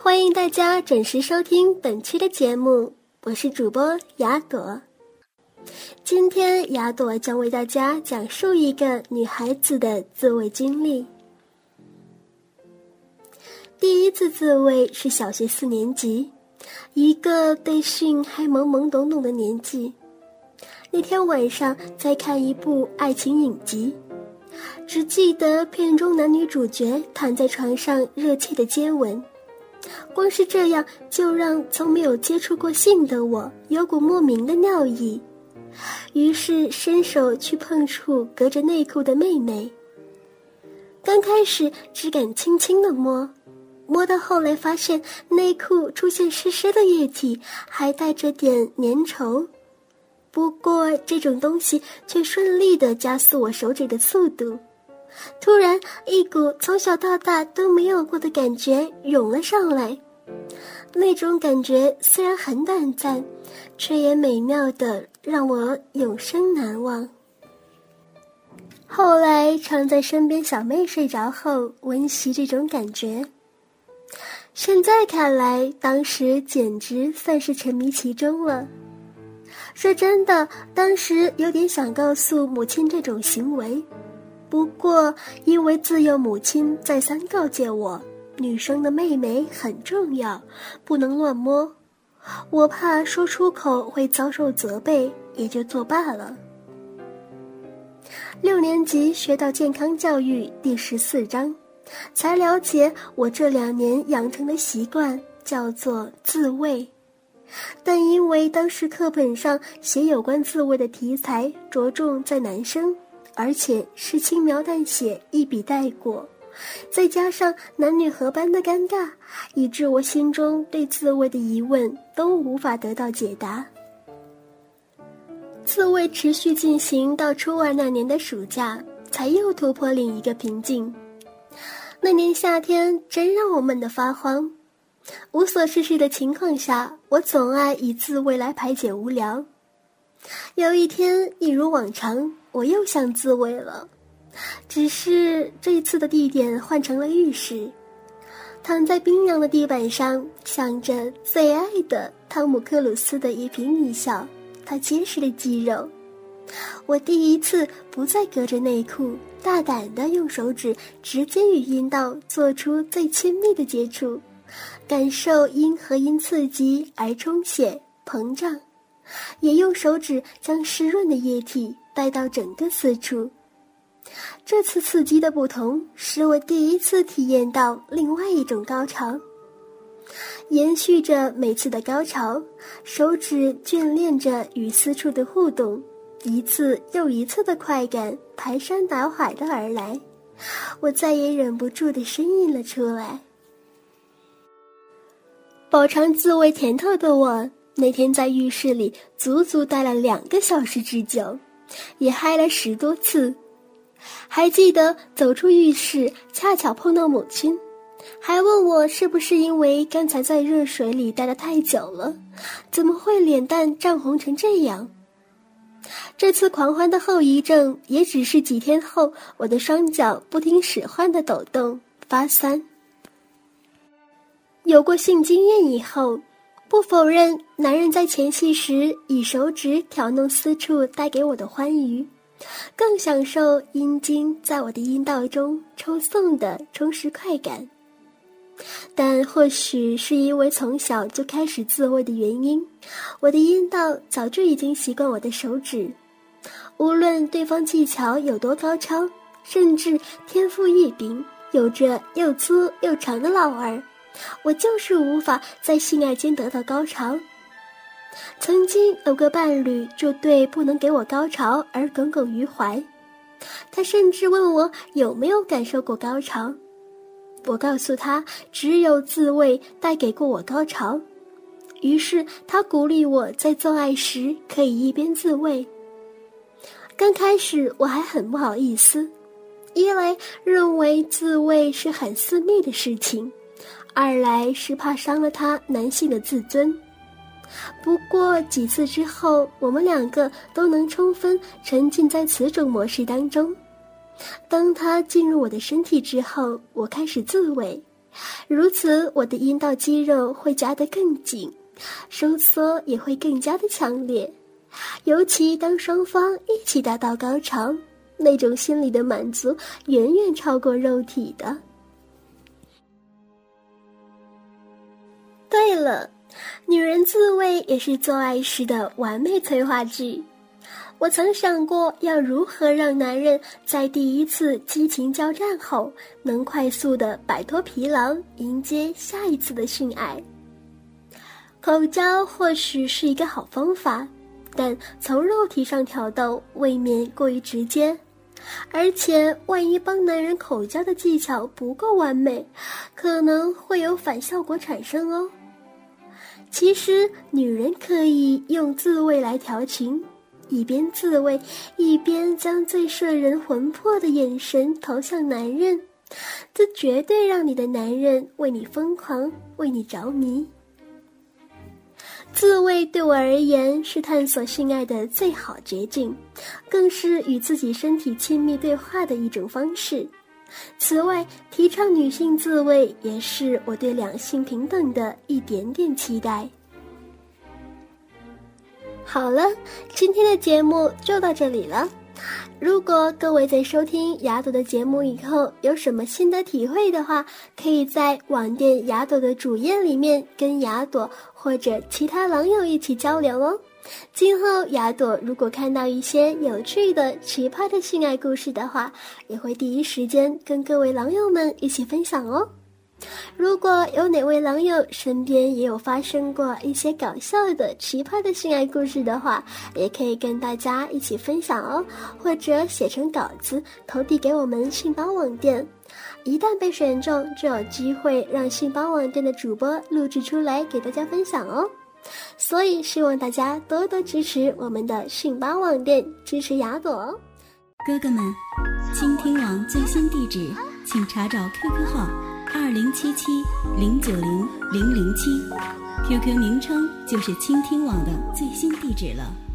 欢迎大家准时收听本期的节目，我是主播雅朵。今天雅朵将为大家讲述一个女孩子的自慰经历。第一次自慰是小学4年级，一个对性还懵懵懂懂的年纪。那天晚上在看一部爱情影集，只记得片中男女主角躺在床上热切的接吻，光是这样就让从没有接触过性的我有股莫名的尿意，于是伸手去碰触隔着内裤的妹妹。刚开始只敢轻轻地摸到后来发现内裤出现湿湿的液体，还带着点粘稠。不过这种东西却顺利地加速我手指的速度。突然一股从小到大都没有过的感觉涌了上来，那种感觉虽然很短暂，却也美妙的让我永生难忘。后来常在身边小妹睡着后温习这种感觉，现在看来当时简直算是沉迷其中了。说真的，当时有点想告诉母亲这种行为，不过因为自幼母亲再三告诫我，女生的妹妹很重要，不能乱摸，我怕说出口会遭受责备，也就作罢了。6年级学到健康教育第14章，才了解我这2年养成的习惯叫做自慰。但因为当时课本上写有关自慰的题材着重在男生，而且是轻描淡写一笔带过，再加上男女合班的尴尬，以致我心中对自慰的疑问都无法得到解答。自慰持续进行到初2那年的暑假，才又突破另一个瓶颈。那年夏天真让我闷得发慌，无所事事的情况下，我总爱以自慰来排解无聊。有一天一如往常，我又想自慰了，只是这次的地点换成了浴室。躺在冰凉的地板上，想着最爱的汤姆克鲁斯的一颦一笑，他结实的肌肉。我第一次不再隔着内裤，大胆地用手指直接与阴道做出最亲密的接触，感受阴和阴刺激而充血膨胀，也用手指将湿润的液体带到整个私处。这次刺激的不同，使我第一次体验到另外一种高潮。延续着每次的高潮，手指眷恋着与私处的互动，一次又一次的快感排山倒海的而来，我再也忍不住地呻吟了出来。饱尝自慰甜头的我，那天在浴室里足足待了2个小时之久，也嗨了10多次。还记得走出浴室，恰巧碰到母亲，还问我是不是因为刚才在热水里待得太久了，怎么会脸蛋涨红成这样。这次狂欢的后遗症也只是几天后我的双脚不听使唤的抖动发酸。有过性经验以后，不否认男人在前戏时以手指挑弄私处带给我的欢愉，更享受阴茎在我的阴道中抽送的充实快感。但或许是因为从小就开始自慰的原因，我的阴道早就已经习惯我的手指，无论对方技巧有多高超，甚至天赋异禀，有着又粗又长的老二，我就是无法在性爱间得到高潮。曾经有个伴侣就对不能给我高潮而耿耿于怀，他甚至问我有没有感受过高潮。我告诉他只有自慰带给过我高潮，于是他鼓励我在做爱时可以一边自慰。刚开始我还很不好意思，一来认为自慰是很私密的事情，二来是怕伤了他男性的自尊。不过几次之后，我们2个都能充分沉浸在此种模式当中。当他进入我的身体之后，我开始自慰， 如此我的阴道肌肉会夹得更紧，收缩也会更加的强烈，尤其当双方一起达到高潮，那种心理的满足远远超过肉体的。对了，女人自慰也是做爱时的完美催化剂。我曾想过要如何让男人在第一次激情交战后能快速地摆脱疲劳，迎接下一次的性爱。口交或许是一个好方法，但从肉体上挑逗未免过于直接，而且万一帮男人口交的技巧不够完美，可能会有反效果产生哦。其实女人可以用自慰来调情，一边自慰一边将最摄人魂魄的眼神投向男人，这绝对让你的男人为你疯狂，为你着迷。自慰对我而言是探索性爱的最好捷径，更是与自己身体亲密对话的一种方式。此外，提倡女性自慰也是我对两性平等的一点点期待。好了，今天的节目就到这里了。如果各位在收听雅朵的节目以后有什么新的体会的话，可以在网店雅朵的主页里面跟雅朵或者其他狼友一起交流哦。今后雅朵如果看到一些有趣的奇葩的性爱故事的话，也会第一时间跟各位狼友们一起分享哦。如果有哪位狼友身边也有发生过一些搞笑的奇葩的性爱故事的话，也可以跟大家一起分享哦，或者写成稿子投递给我们信包网店，一旦被选中就有机会让信包网店的主播录制出来给大家分享哦。所以希望大家多多支持我们的信包网店，支持雅朵哦。 哥哥们，倾听网最新地址请查找 QQ 号2077090007，QQ 名称就是倾听网的最新地址了。